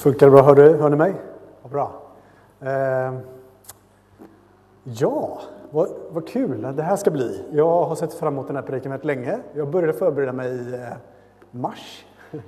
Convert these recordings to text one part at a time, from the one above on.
Funkar det bra? Hör ni mig? Vad bra. Ja, vad kul att det här ska bli. Jag har sett fram emot den här predikan väldigt länge. Jag började förbereda mig i mars.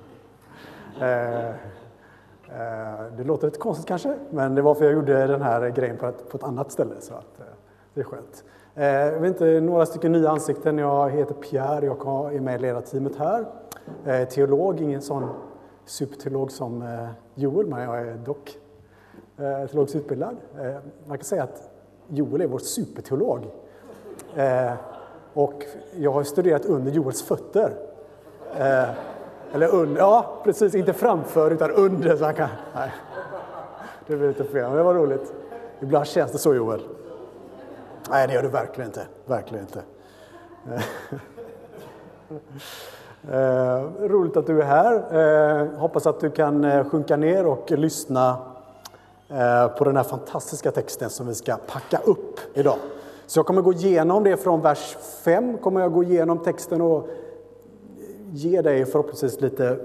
Det låter lite konstigt kanske, men det var för jag gjorde den här grejen på ett annat ställe, så att det är skönt. Jag vet inte, några stycken nya ansikten. Jag heter Pierre, jag är med i ledarteamet här. Teolog, ingen sån superteolog som Joel, men jag är dock teologiskt utbildad. Man kan säga att Joel är vår superteolog. Och jag har studerat under Joels fötter. Eller under, ja precis, inte framför utan under. Så han kan, nej, det blir lite fel, men det var roligt. Ibland känns det så, Joel. Nej, det gör du verkligen inte. Verkligen inte. Roligt att du är här. Hoppas att du kan sjunka ner och lyssna på den här fantastiska texten som vi ska packa upp idag. Så jag kommer gå igenom det från vers 5. Kommer jag gå igenom texten och ge dig förhoppningsvis lite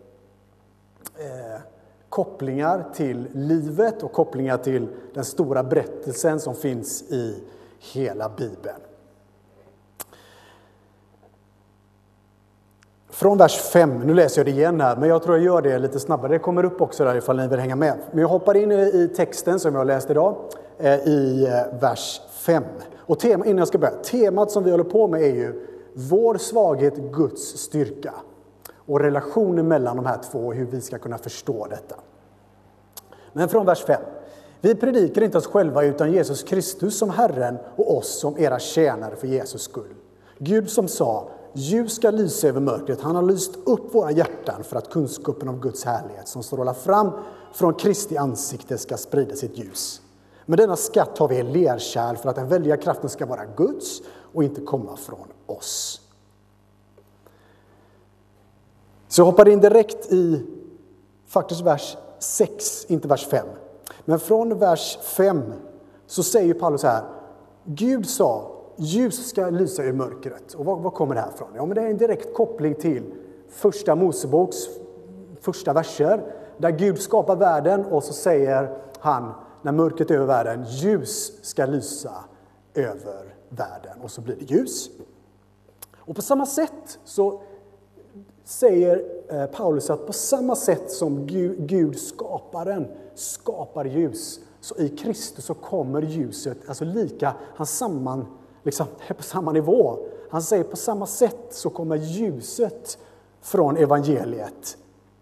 kopplingar till livet och kopplingar till den stora berättelsen som finns i hela Bibeln. Från vers 5, nu läser jag det igen här, men jag tror jag gör det lite snabbare. Det kommer upp också där ifall ni vill hänga med. Men jag hoppar in i texten som jag läst idag, i vers 5. Och innan jag ska börja, temat som vi håller på med är ju vår svaghet, Guds styrka. Och relationen mellan de här två, hur vi ska kunna förstå detta. Men från vers 5. Vi predikar inte oss själva utan Jesus Kristus som Herren och oss som era tjänare för Jesus skull. Gud som sa, ljus ska lysa över mörkret. Han har lyst upp våra hjärtan för att kunskapen om Guds härlighet som strålar fram från Kristi ansikte ska sprida sitt ljus. Men denna skatt har vi i lerkärl för att den väldiga kraften ska vara Guds och inte komma från oss. Så jag hoppar in direkt i faktiskt vers 6, inte vers 5. Men från vers 5 så säger Paulus här, Gud sa, ljus ska lysa ur mörkret. Och vad kommer det här ifrån? Ja, men det är en direkt koppling till första Moseboks första verser. Där Gud skapar världen och så säger han, när mörkret är över världen, ljus ska lysa över världen. Och så blir det ljus. Och på samma sätt så säger Paulus att på samma sätt som Gud skaparen skapar ljus, så i Kristus så kommer ljuset, alltså lika, han samman, liksom, på samma nivå. Han säger på samma sätt så kommer ljuset från evangeliet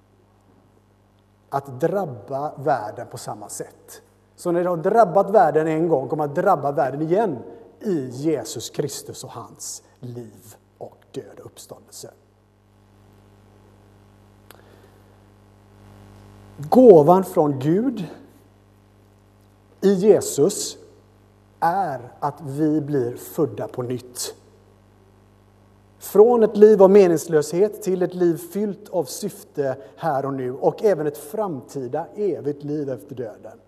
att drabba världen på samma sätt. Så när det har drabbat världen en gång kommer det att drabba världen igen i Jesus Kristus och hans liv och död och uppståndelse. Gåvan från Gud i Jesus är att vi blir födda på nytt. Från ett liv av meningslöshet till ett liv fyllt av syfte här och nu och även ett framtida evigt liv efter döden.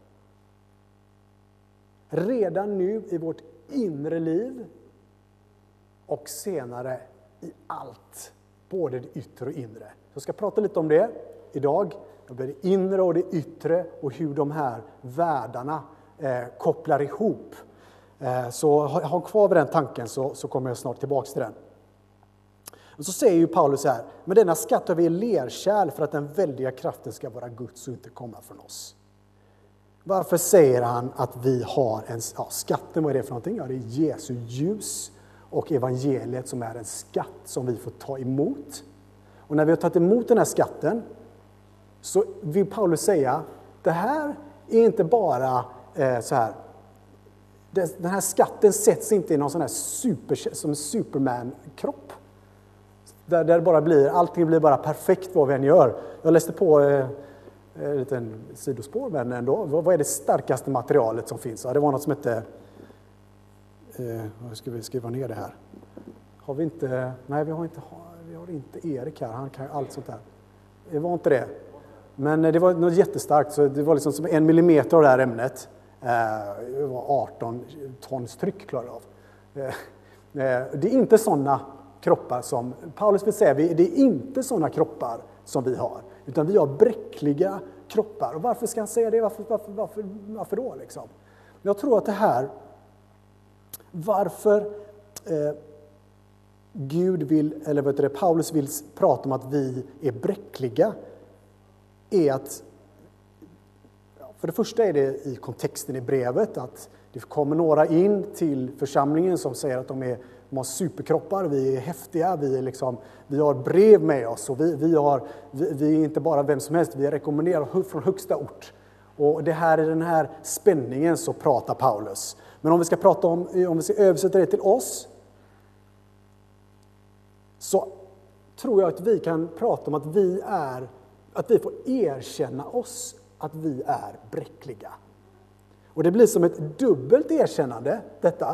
Redan nu i vårt inre liv och senare i allt, både det yttre och inre. Jag ska prata lite om det idag. Det inre och det yttre och hur de här världarna kopplar ihop. Så ha kvar vid den tanken så kommer jag snart tillbaka till den. Och så säger ju Paulus här, men denna skatt har vi i lerkärl för att den väldiga kraften ska vara Guds och inte komma från oss. Varför säger han att vi har en skatten, vad är det för någonting? Ja, det är Jesu ljus och evangeliet som är en skatt som vi får ta emot. Och när vi har tagit emot den här skatten så vill Paulus säga, det här är inte bara så här. Den här skatten sätts inte i någon sån här som Superman-kropp. Där det bara allting blir bara perfekt vad vi än gör. Jag läste på en liten sidospår, men ändå. Vad är det starkaste materialet som finns? Ja, det var något som hette... ska vi skriva ner det här? Har vi inte... Nej, vi har inte Erik här. Han kan ju allt sånt där. Det var inte det. Men det var något jättestarkt. Så det var liksom som 1 millimeter av det här ämnet. Det var 18 tons tryck klarade av. Det är inte sådana kroppar som... Paulus vill säga, det är inte sådana kroppar som vi har. Utan vi har bräckliga kroppar. Och varför ska han säga det? Varför då liksom? Jag tror att det här, varför Gud vill, eller vet du, Paulus vill prata om att vi är bräckliga, är att, för det första är det i kontexten i brevet att det kommer några in till församlingen som säger att de har superkroppar, vi är häftiga, vi har brev med oss och vi är inte bara vem som helst, vi är rekommenderade från högsta ort. Och det här är den här spänningen så pratar Paulus. Men om vi ska översätta det till oss, så tror jag att vi kan prata om att vi får erkänna oss att vi är bräckliga. Och det blir som ett dubbelt erkännande detta.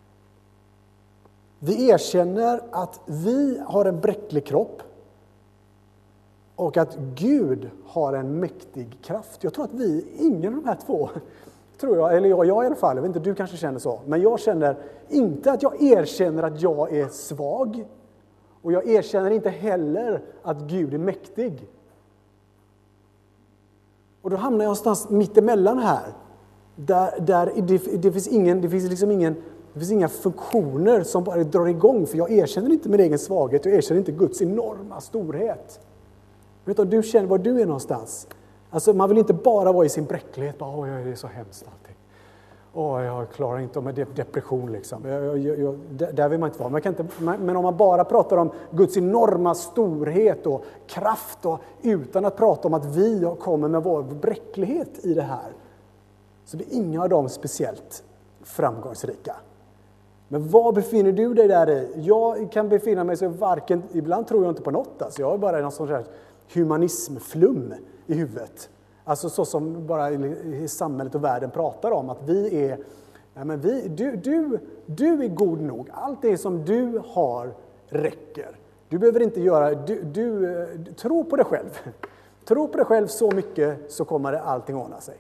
Vi erkänner att vi har en bräcklig kropp och att Gud har en mäktig kraft. Jag tror att ingen av de här två, tror jag, eller jag i alla fall, jag vet inte, du kanske känner så, men jag känner inte att jag erkänner att jag är svag, och jag erkänner inte heller att Gud är mäktig. Och då hamnar jag någonstans mittemellan här. Där det finns inga funktioner som bara drar igång, för jag erkänner inte min egen svaghet, jag erkänner inte Guds enorma storhet. Vet du känner var du är någonstans? Alltså man vill inte bara vara i sin bräcklighet, bara, det är så hemskt allting. Jag klarar inte med depression liksom. Där vill man inte vara. Men om man bara pratar om Guds enorma storhet och kraft, och utan att prata om att vi kommer med vår bräcklighet i det här, så blir inga av dem speciellt framgångsrika. Men vad befinner du dig där i? Jag kan befinna mig så varken, ibland tror jag inte på något. Alltså jag är bara någon sån här humanismflum i huvudet. Alltså så som bara i samhället och världen pratar om att vi är, du är god nog. Allt det som du har räcker. Du behöver inte göra, du tror på dig själv. Tro på dig själv så mycket så kommer allting ordna sig.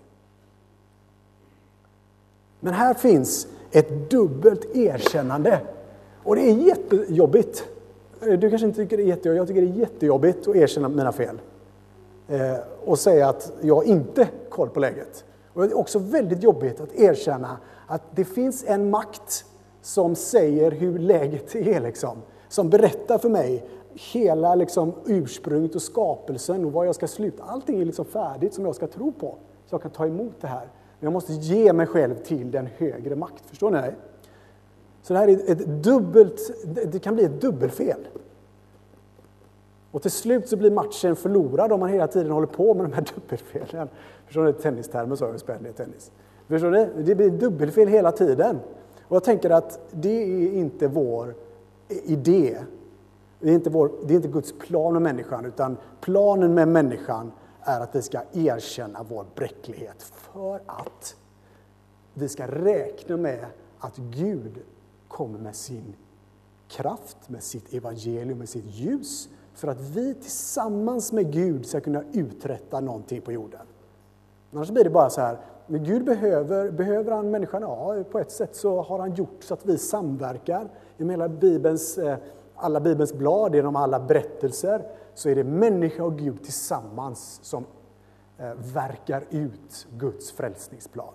Men här finns ett dubbelt erkännande. Och det är jättejobbigt. Du kanske inte tycker det är jättejobbigt. Jag tycker det är jättejobbigt att erkänna mina fel. Och säga att jag inte har koll på läget. Och det är också väldigt jobbigt att erkänna att det finns en makt som säger hur läget är. Liksom, som berättar för mig hela ursprunget och skapelsen och vad jag ska sluta. Allting är färdigt som jag ska tro på. Så jag kan ta emot det här. Men jag måste ge mig själv till den högre makt. Förstår ni? Så det här är det kan bli ett dubbelfel. Och till slut så blir matchen förlorad om man hela tiden håller på med de här dubbelfelen. Förstår ni? Tennistermer så har vi spelat i tennis. Förstår ni? Det blir dubbelfel hela tiden. Och jag tänker att det är inte vår idé. Det är inte Guds plan med människan, utan planen med människan är att vi ska erkänna vår bräcklighet för att vi ska räkna med att Gud kommer med sin kraft, med sitt evangelium, med sitt ljus, för att vi tillsammans med Gud ska kunna uträtta någonting på jorden. Annars blir det bara så här, men Gud behöver han människan? Ja, på ett sätt så har han gjort så att vi samverkar. I alla Bibelns blad, genom alla berättelser, så är det människa och Gud tillsammans som verkar ut Guds frälsningsplan.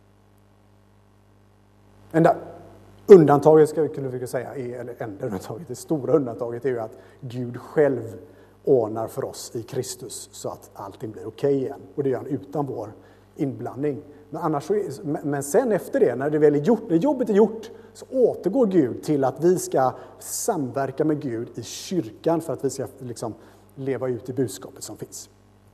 Enda undantaget ska vi kunna säga det stora undantaget är ju att Gud själv ordnar för oss i Kristus så att allting blir okej igen. Och det gör han utan vår inblandning. Men sen efter det, när jobbet är gjort, så återgår Gud till att vi ska samverka med Gud i kyrkan för att vi ska leva ut i budskapet som finns.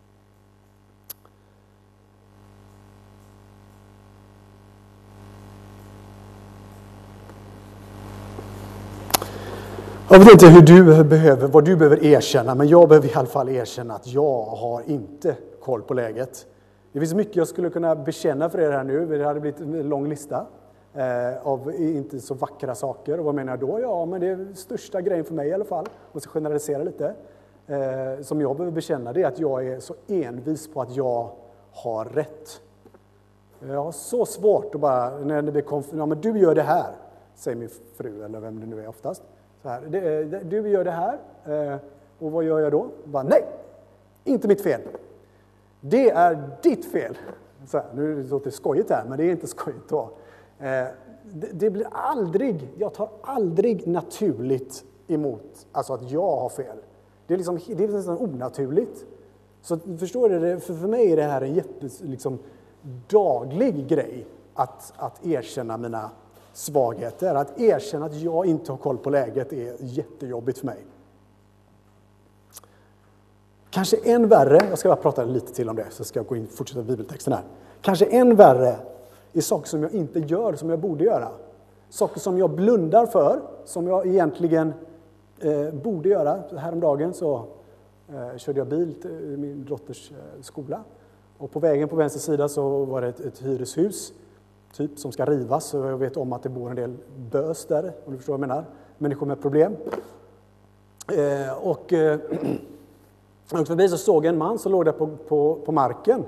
Jag vet inte vad du behöver erkänna, men jag behöver i alla fall erkänna att jag har inte koll på läget. Det finns mycket jag skulle kunna bekänna för er här nu. Det hade blivit en lång lista av inte så vackra saker. Och vad menar jag då? Ja, men det är största grejen för mig i alla fall, om jag ska generalisera lite, som jag behöver bekänna, det är att jag är så envis på att jag har rätt. Jag har så svårt att bara, när det blir men du gör det här, säger min fru eller vem det nu är oftast. Så här, du gör det här, och vad gör jag då? Bara, nej, inte mitt fel. Det är ditt fel. Så här, nu låter det skojigt här, men det är inte skojigt då. Det blir aldrig, jag tar aldrig naturligt emot alltså att jag har fel. Det är nästan onaturligt. Så förstår du, för mig är det här en daglig grej att erkänna mina svagheter. Att erkänna att jag inte har koll på läget är jättejobbigt för mig. Kanske än värre, jag ska bara prata lite till om det, så ska jag gå in och fortsätta bibeltexten här. Kanske än värre är saker som jag inte gör, som jag borde göra. Saker som jag blundar för, som jag egentligen borde göra. Häromdagen så körde jag bil till min dotters skola. Och på vägen på vänster sida så var det ett hyreshus typ som ska rivas. Så jag vet om att det bor en del bös där, om du förstår vad jag menar. Människor med problem. Och förbi så såg jag en man som låg där på marken.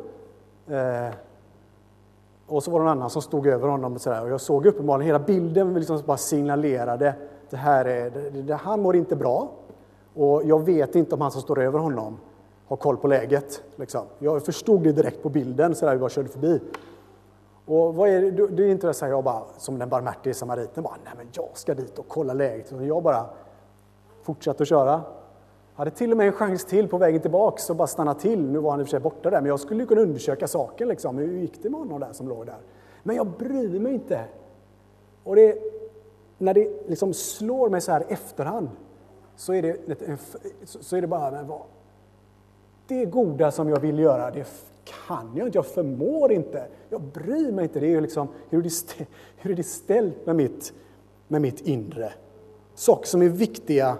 Och så var det en annan som stod över honom. Och jag såg uppenbarligen hela bilden liksom bara signalerade han mår inte bra. Och jag vet inte om han som står över honom har koll på läget. Liksom. Jag förstod det direkt på bilden så där vi bara körde förbi. Och vad är det är inte så jag bara som den barmhärtige samariten bara nej men jag ska dit och kolla läget. Så jag bara fortsatte att köra. Hade till och med en chans till på vägen tillbaka så bara stanna till. Nu var han i och för sig borta där men jag skulle kunna undersöka saken liksom. Hur gick det med honom där som låg där? Men jag bryr mig inte. Och när det liksom slår mig så här i efterhand så är det bara det goda som jag vill göra, det kan jag inte, jag förmår inte, jag bryr mig inte. Det är ju liksom, hur är det ställt med mitt inre? Saker som är viktiga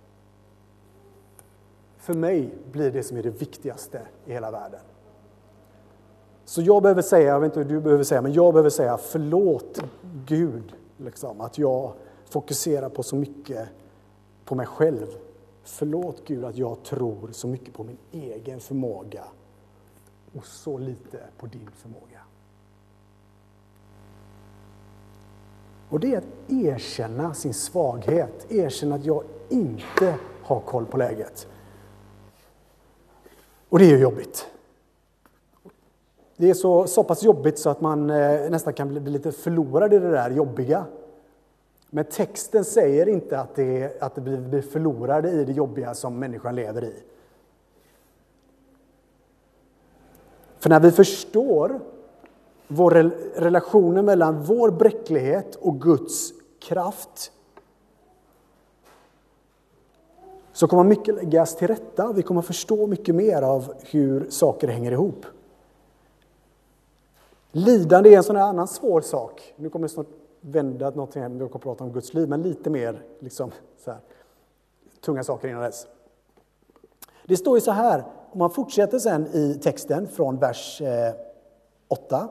för mig blir det som är det viktigaste i hela världen. Så jag behöver säga, jag vet inte hur du behöver säga, men jag behöver säga förlåt Gud, liksom, att jag fokuserar på så mycket på mig själv. Förlåt Gud att jag tror så mycket på min egen förmåga och så lite på din förmåga. Och det är att erkänna sin svaghet, erkänna att jag inte har koll på läget. Och det är ju jobbigt. Det är så pass jobbigt så att man nästan kan bli lite förlorad i det där jobbiga. Men texten säger inte att det blir förlorade i det jobbiga som människan lever i. För när vi förstår relationen mellan vår bräcklighet och Guds kraft så kommer mycket läggas till rätta. Vi kommer förstå mycket mer av hur saker hänger ihop. Lidande är en sån här annan svår sak. Nu kommer jag snart vända någonting här, vi kommer prata om Guds liv, men lite mer liksom, så här, tunga saker innan dess. Det står ju så här, om man fortsätter sen i texten från vers 8.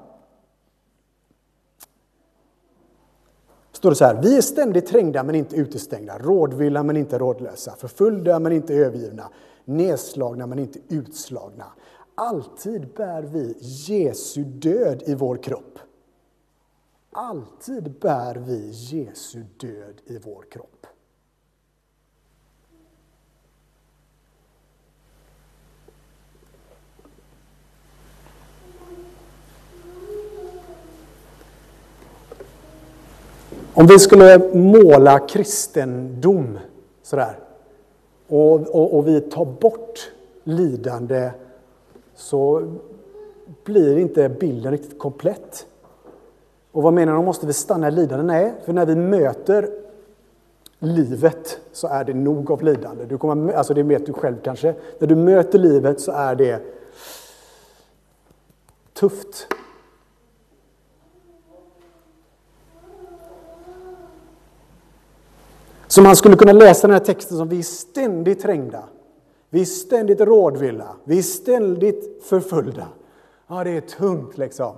Står det så här, vi är ständigt trängda men inte utestängda, rådvilla men inte rådlösa, förföljda men inte övergivna, nedslagna men inte utslagna. Alltid bär vi Jesu död i vår kropp. Alltid bär vi Jesu död i vår kropp. Om vi skulle måla kristendom sådär och vi tar bort lidande så blir inte bilden riktigt komplett. Och vad menar de? Måste vi stanna i lidande? Nej, för när vi möter livet så är det nog av lidande. Alltså det vet du själv kanske. När du möter livet så är det tufft. Så man skulle kunna läsa den här texten som vi är ständigt trängda. Vi är ständigt rådvilla. Vi är ständigt förföljda. Ja, det är tungt liksom.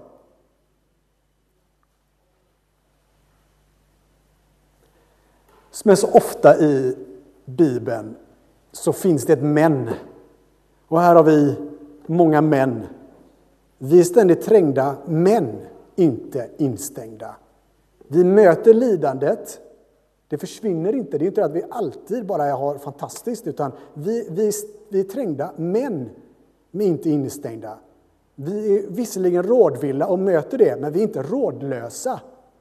Men så ofta i Bibeln så finns det ett men. Och här har vi många män. Vi är ständigt trängda, men inte instängda. Vi möter lidandet. Det försvinner inte. Det är inte att vi alltid bara har fantastiskt, utan vi är trängda, men inte instängda. Vi är visserligen rådvilla och möter det, men vi är inte rådlösa.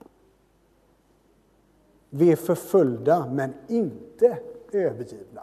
Vi är förföljda, men inte övergivna.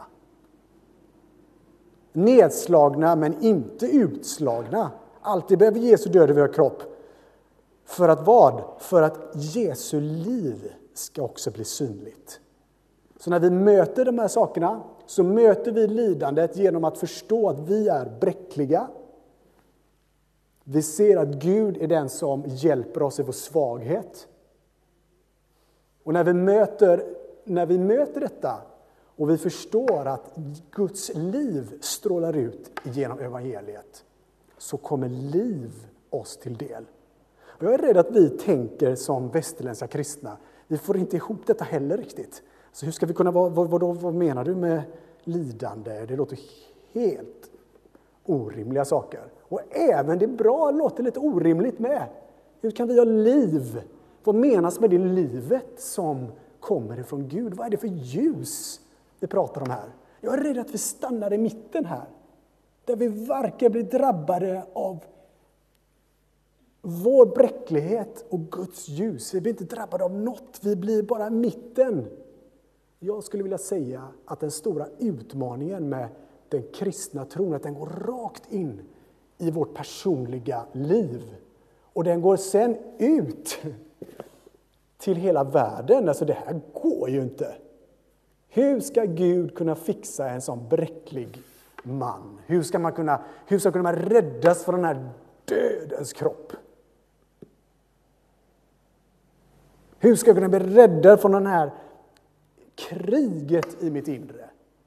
Nedslagna, men inte utslagna. Alltid behöver Jesu död över vår kropp. För att vad? För att Jesu liv ska också bli synligt. Så när vi möter de här sakerna så möter vi lidandet genom att förstå att vi är bräckliga. Vi ser att Gud är den som hjälper oss i vår svaghet. Och när vi möter detta och vi förstår att Guds liv strålar ut genom evangeliet, så kommer liv oss till del. Och jag är rädd att vi tänker som västerländska kristna. Vi får inte ihop detta heller riktigt. Så hur ska vi kunna vad menar du med lidande? Det låter helt orimliga saker. Och även det bra låter lite orimligt med. Hur kan vi ha liv? Vad menas med det livet som kommer ifrån Gud? Vad är det för ljus vi pratar om här? Jag är rädd att vi stannar i mitten här. Där vi varken blir drabbade av vår bräcklighet och Guds ljus. Vi blir inte drabbade av något. Vi blir bara mitten. Jag skulle vilja säga att den stora utmaningen med den kristna tron, att den går rakt in i vårt personliga liv. Och den går sen ut till hela världen. Alltså det här går ju inte. Hur ska Gud kunna fixa en sån bräcklig man? Hur ska man kunna räddas från den här dödens kropp? Hur ska jag kunna bli räddad från den här kriget i mitt inre?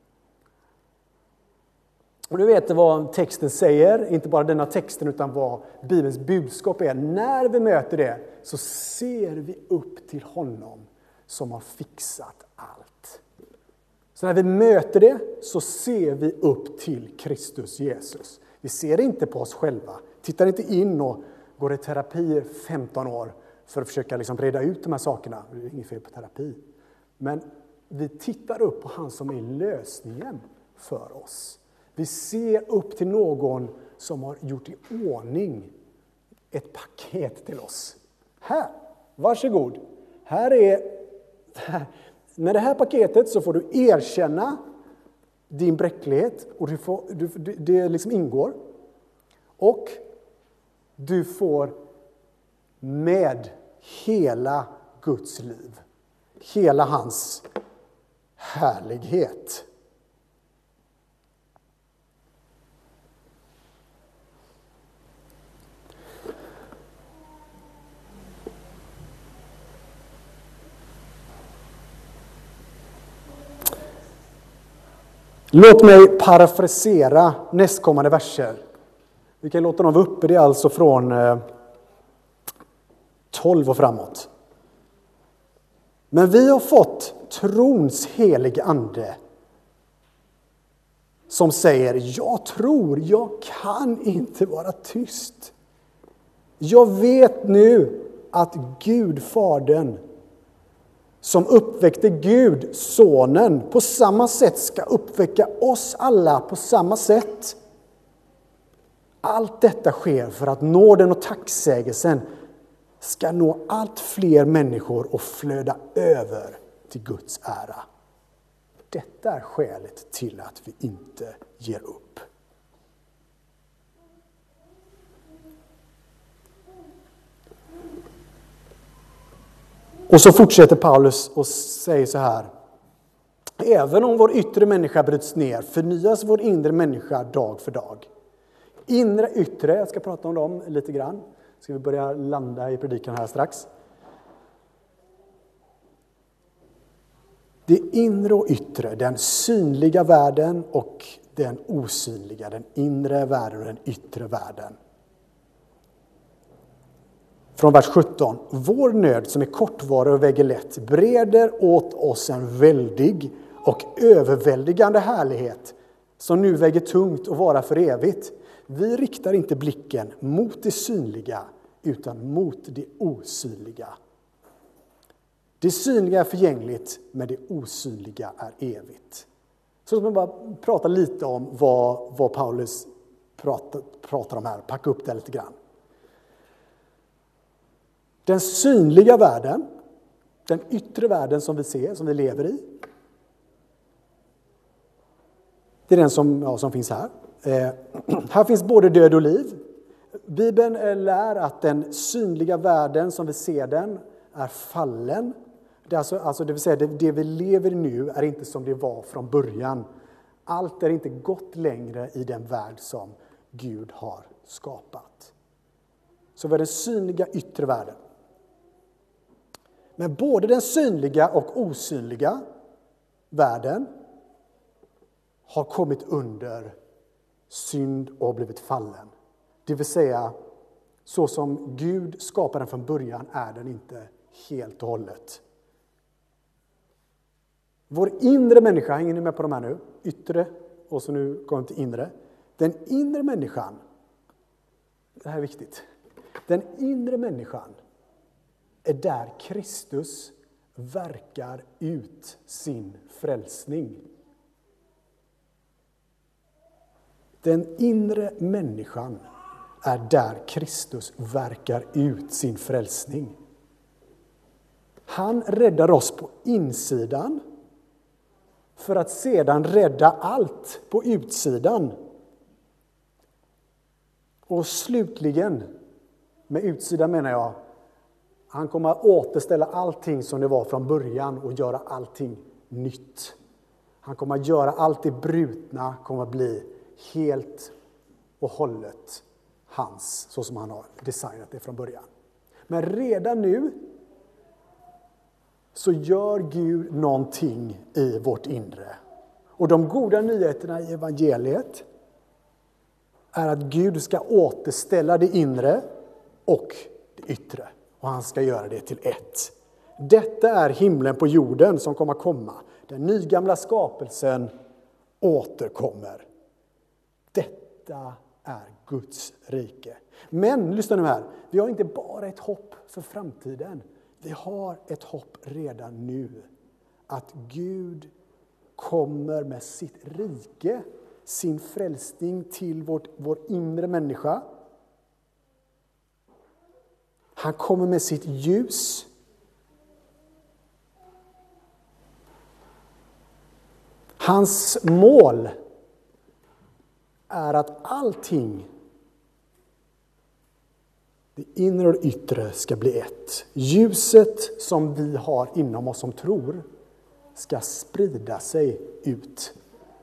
Och du vet vad texten säger, inte bara denna texten utan vad Bibelns budskap är. När vi möter det så ser vi upp till honom som har fixat allt. Så när vi möter det så ser vi upp till Kristus Jesus. Vi ser inte på oss själva, tittar inte in och går i terapi i 15 år för att försöka reda ut de här sakerna. Det är inget fel på terapi. Men vi tittar upp på han som är lösningen för oss. Vi ser upp till någon som har gjort i ordning ett paket till oss. Här, varsågod. Med det här paketet så får du erkänna din bräcklighet. Och det ingår. Och du får med hela Guds liv. Hela hans härlighet. Låt mig parafrasera nästkommande verser. Vi kan låta dem vara uppe, det är alltså från 12 och framåt. Men vi har fått trons heliga ande som säger: jag tror, jag kan inte vara tyst. Jag vet nu att Gud, Fadern, som uppväckte Gud, Sonen, på samma sätt ska uppväcka oss alla på samma sätt. Allt detta sker för att nåden och tacksägelsen ska nå allt fler människor och flöda över till Guds ära. Detta är skälet till att vi inte ger upp. Och så fortsätter Paulus och säger så här: även om vår yttre människa bryts ner förnyas vår inre människa dag för dag. Inre yttre, jag ska prata om dem lite grann. Ska vi börja landa i predikan här strax. Det inre och yttre, den synliga världen och den osynliga, den inre världen och den yttre världen. Från vers 17. Vår nöd som är kortvarig och väger lätt breder åt oss en väldig och överväldigande härlighet som nu väger tungt och vara för evigt. Vi riktar inte blicken mot det synliga utan mot det osynliga. Det synliga är förgängligt, men det osynliga är evigt. Så låt mig bara prata lite om vad Paulus pratar om här. Packa upp det lite grann. Den synliga världen, den yttre världen som vi ser, som vi lever i. Det är den som finns här. Här finns både död och liv. Bibeln lär att den synliga världen som vi ser den är fallen. Det vill säga det vi lever i nu är inte som det var från början. Allt är inte gott längre i den värld som Gud har skapat. Så vi har den synliga yttre världen. Men både den synliga och osynliga världen har kommit under synd och blivit fallen. Det vill säga, så som Gud skapade den från början är den inte helt och hållet. Vår inre människa, hänger ni med på de här nu? Yttre och så nu går vi till inre. Den inre människan, det här är viktigt. Den inre människan är där Kristus verkar ut sin frälsning. Den inre människan är där Kristus verkar ut sin frälsning. Han räddar oss på insidan för att sedan rädda allt på utsidan. Och slutligen, med utsidan menar jag, han kommer att återställa allting som det var från början och göra allting nytt. Han kommer att göra allt det brutna, kommer att bli helt och hållet hans, så som han har designat det från början. Men redan nu så gör Gud någonting i vårt inre. Och de goda nyheterna i evangeliet är att Gud ska återställa det inre och det yttre. Och han ska göra det till ett. Detta är himlen på jorden som kommer att komma. Den nygamla skapelsen återkommer. Detta är Guds rike. Men lyssna nu här. Vi har inte bara ett hopp för framtiden. Vi har ett hopp redan nu. Att Gud kommer med sitt rike, sin frälsning till vår inre människa. Han kommer med sitt ljus. Hans mål är att allting, det inre och det yttre, ska bli ett. Ljuset som vi har inom oss som tror ska sprida sig ut.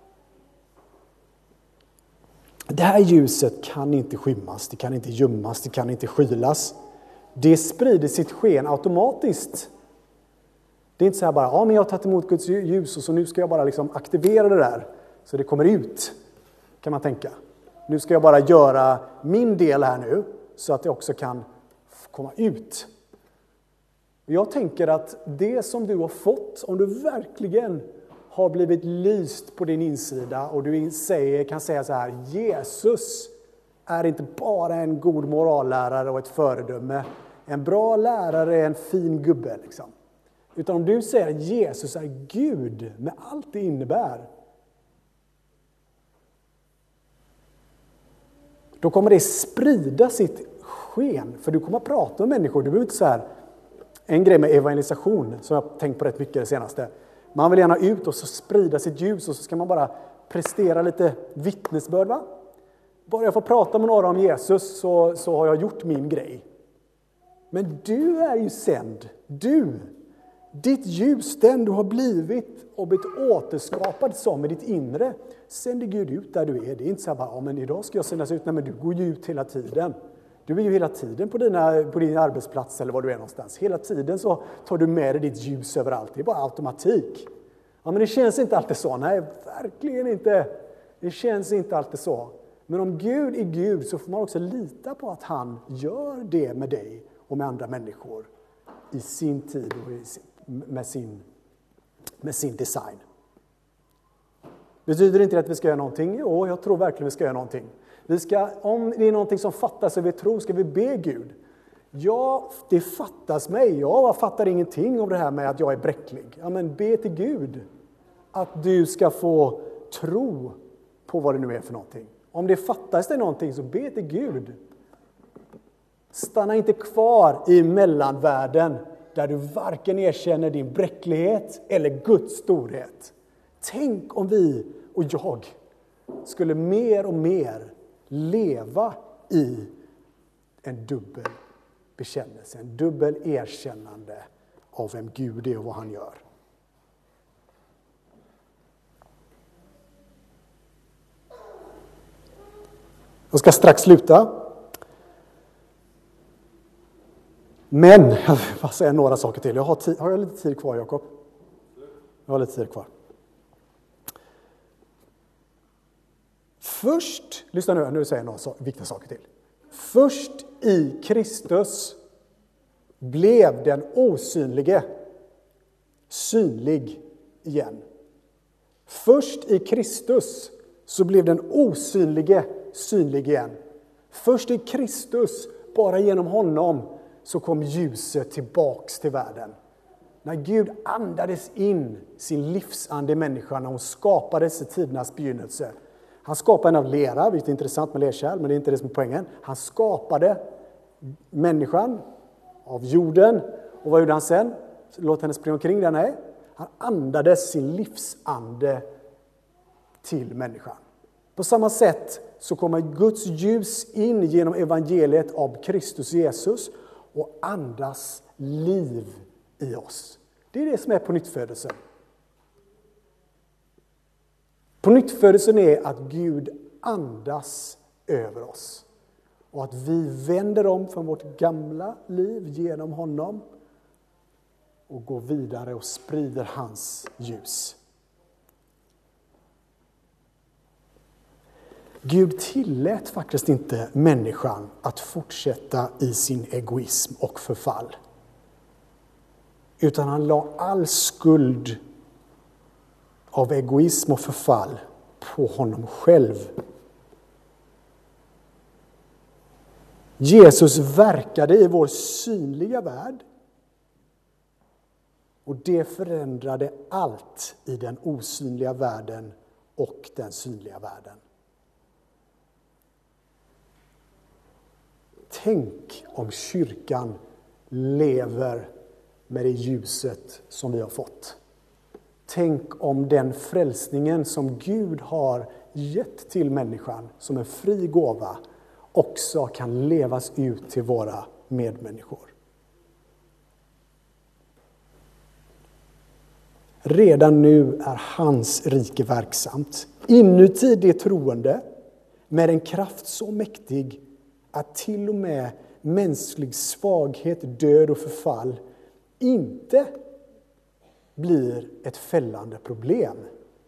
Det här ljuset kan inte skymmas, det kan inte gömmas, det kan inte skylas. Det sprider sitt sken automatiskt. Det är inte så här bara, men jag har tagit emot Guds ljus och så nu ska jag bara liksom aktivera det där så det kommer ut, kan man tänka. Nu ska jag bara göra min del här nu så att det också kan komma ut. Jag tänker att det som du har fått, om du verkligen har blivit lyst på din insida och du kan säga så här, Jesus är inte bara en god morallärare och ett föredöme. En bra lärare är en fin gubbe liksom. Utan om du säger att Jesus är Gud med allt det innebär, då kommer det sprida sitt sken. För du kommer att prata med människor. Du behöver inte så här. En grej med evangelisation som jag har tänkt på rätt mycket det senaste. Man vill gärna ut och så sprida sitt ljus och så ska man bara prestera lite vittnesbörd, va? Bara jag får prata med några om Jesus så har jag gjort min grej. Men du är ju sänd. Ditt ljus, den du har blivit och blivit återskapad som i ditt inre, sänder Gud ut där du är. Det är inte så här bara, men idag ska jag sändas ut. Nej, men du går ju ut hela tiden. Du är ju hela tiden på din arbetsplats eller var du är någonstans. Hela tiden så tar du med dig ditt ljus överallt. Det är bara automatik. Ja, men det känns inte alltid så. Nej, verkligen inte. Det känns inte alltid så. Men om Gud är Gud så får man också lita på att han gör det med dig och med andra människor i sin tid och med sin design. Betyder inte att vi ska göra någonting? Jo, jag tror verkligen vi ska göra någonting. Om det är någonting som fattas och vi tror, ska vi be Gud. Ja, det fattas mig. Jag fattar ingenting om det här med att jag är bräcklig. Ja, men be till Gud att du ska få tro på vad det nu är för någonting. Om det fattas dig någonting så be till Gud. Stanna inte kvar i mellanvärlden där du varken erkänner din bräcklighet eller Guds storhet. Tänk om vi och jag skulle mer och mer leva i en dubbel bekännelse, en dubbel erkännande av vem Gud är och vad han gör. Jag ska strax sluta. Men jag vill bara säga några saker till. Har jag lite tid kvar, Jakob? Jag har lite tid kvar. Först, lyssna nu säger jag några viktiga saker till. Först i Kristus blev den osynlige synlig igen. Först i Kristus så blev den osynlige synlig igen. Först i Kristus, bara genom honom, så kom ljuset tillbaks till världen. När Gud andades in sin livsande i människan, när hon skapades i tidernas begynnelse. Han skapade en av lera, vilket är intressant med lerkärl, men det är inte det som är poängen. Han skapade människan av jorden. Och vad gjorde han sen? Låt henne springa omkring där? Nej. Han andades sin livsande till människan. På samma sätt så kommer Guds ljus in genom evangeliet av Kristus Jesus och andas liv i oss. Det är det som är på nyttfödelsen. På nyttfödelsen är att Gud andas över oss. Och att vi vänder om från vårt gamla liv genom honom och går vidare och sprider hans ljus. Gud tillät faktiskt inte människan att fortsätta i sin egoism och förfall. Utan han la all skuld av egoism och förfall på honom själv. Jesus verkade i vår synliga värld. Och det förändrade allt i den osynliga världen och den synliga världen. Tänk om kyrkan lever med det ljuset som vi har fått. Tänk om den frälsningen som Gud har gett till människan som en fri gåva också kan levas ut till våra medmänniskor. Redan nu är hans rike verksamt inuti det troende med en kraft så mäktig att till och med mänsklig svaghet, död och förfall inte blir ett fällande problem.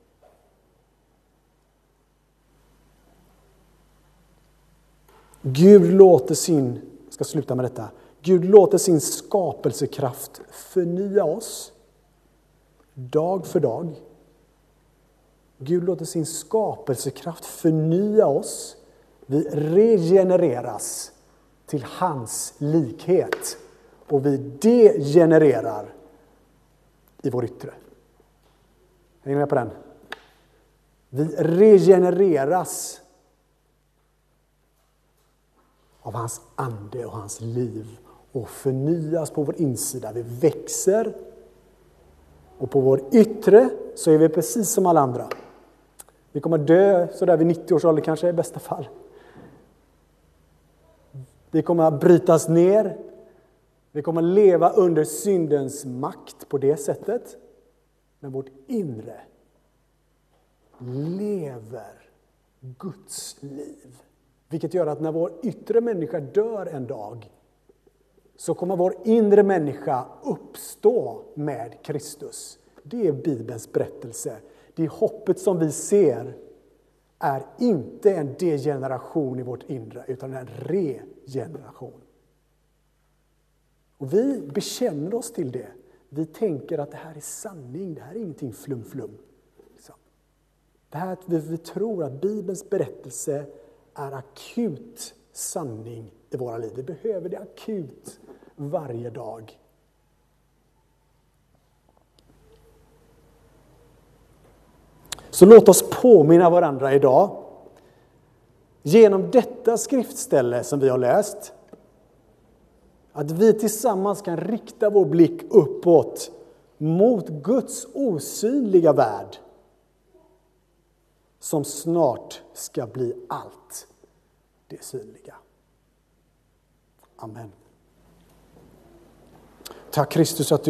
Gud låter sin skapelsekraft förnya oss dag för dag. Gud låter sin skapelsekraft förnya oss. Vi regenereras till hans likhet. Och vi degenererar i vår yttre. Hänger ni med på den? Vi regenereras av hans ande och hans liv. Och förnyas på vår insida. Vi växer. Och på vår yttre så är vi precis som alla andra. Vi kommer dö så där vid 90 års ålder kanske i bästa fall. Vi kommer att brytas ner. Vi kommer att leva under syndens makt på det sättet. Men vårt inre lever Guds liv. Vilket gör att när vår yttre människa dör en dag så kommer vår inre människa uppstå med Kristus. Det är Bibelns berättelse. Det hoppet som vi ser är inte en degeneration i vårt inre utan en regeneration. Och vi bekänner oss till det. Vi tänker att det här är sanning, det här är ingenting flum-flum. Det här att vi tror att Bibelns berättelse är akut sanning i våra liv. Vi behöver det akut varje dag. Så låt oss påminna varandra idag genom detta skriftställe som vi har läst, att vi tillsammans kan rikta vår blick uppåt mot Guds osynliga värld som snart ska bli allt det synliga. Amen. Tack Kristus att du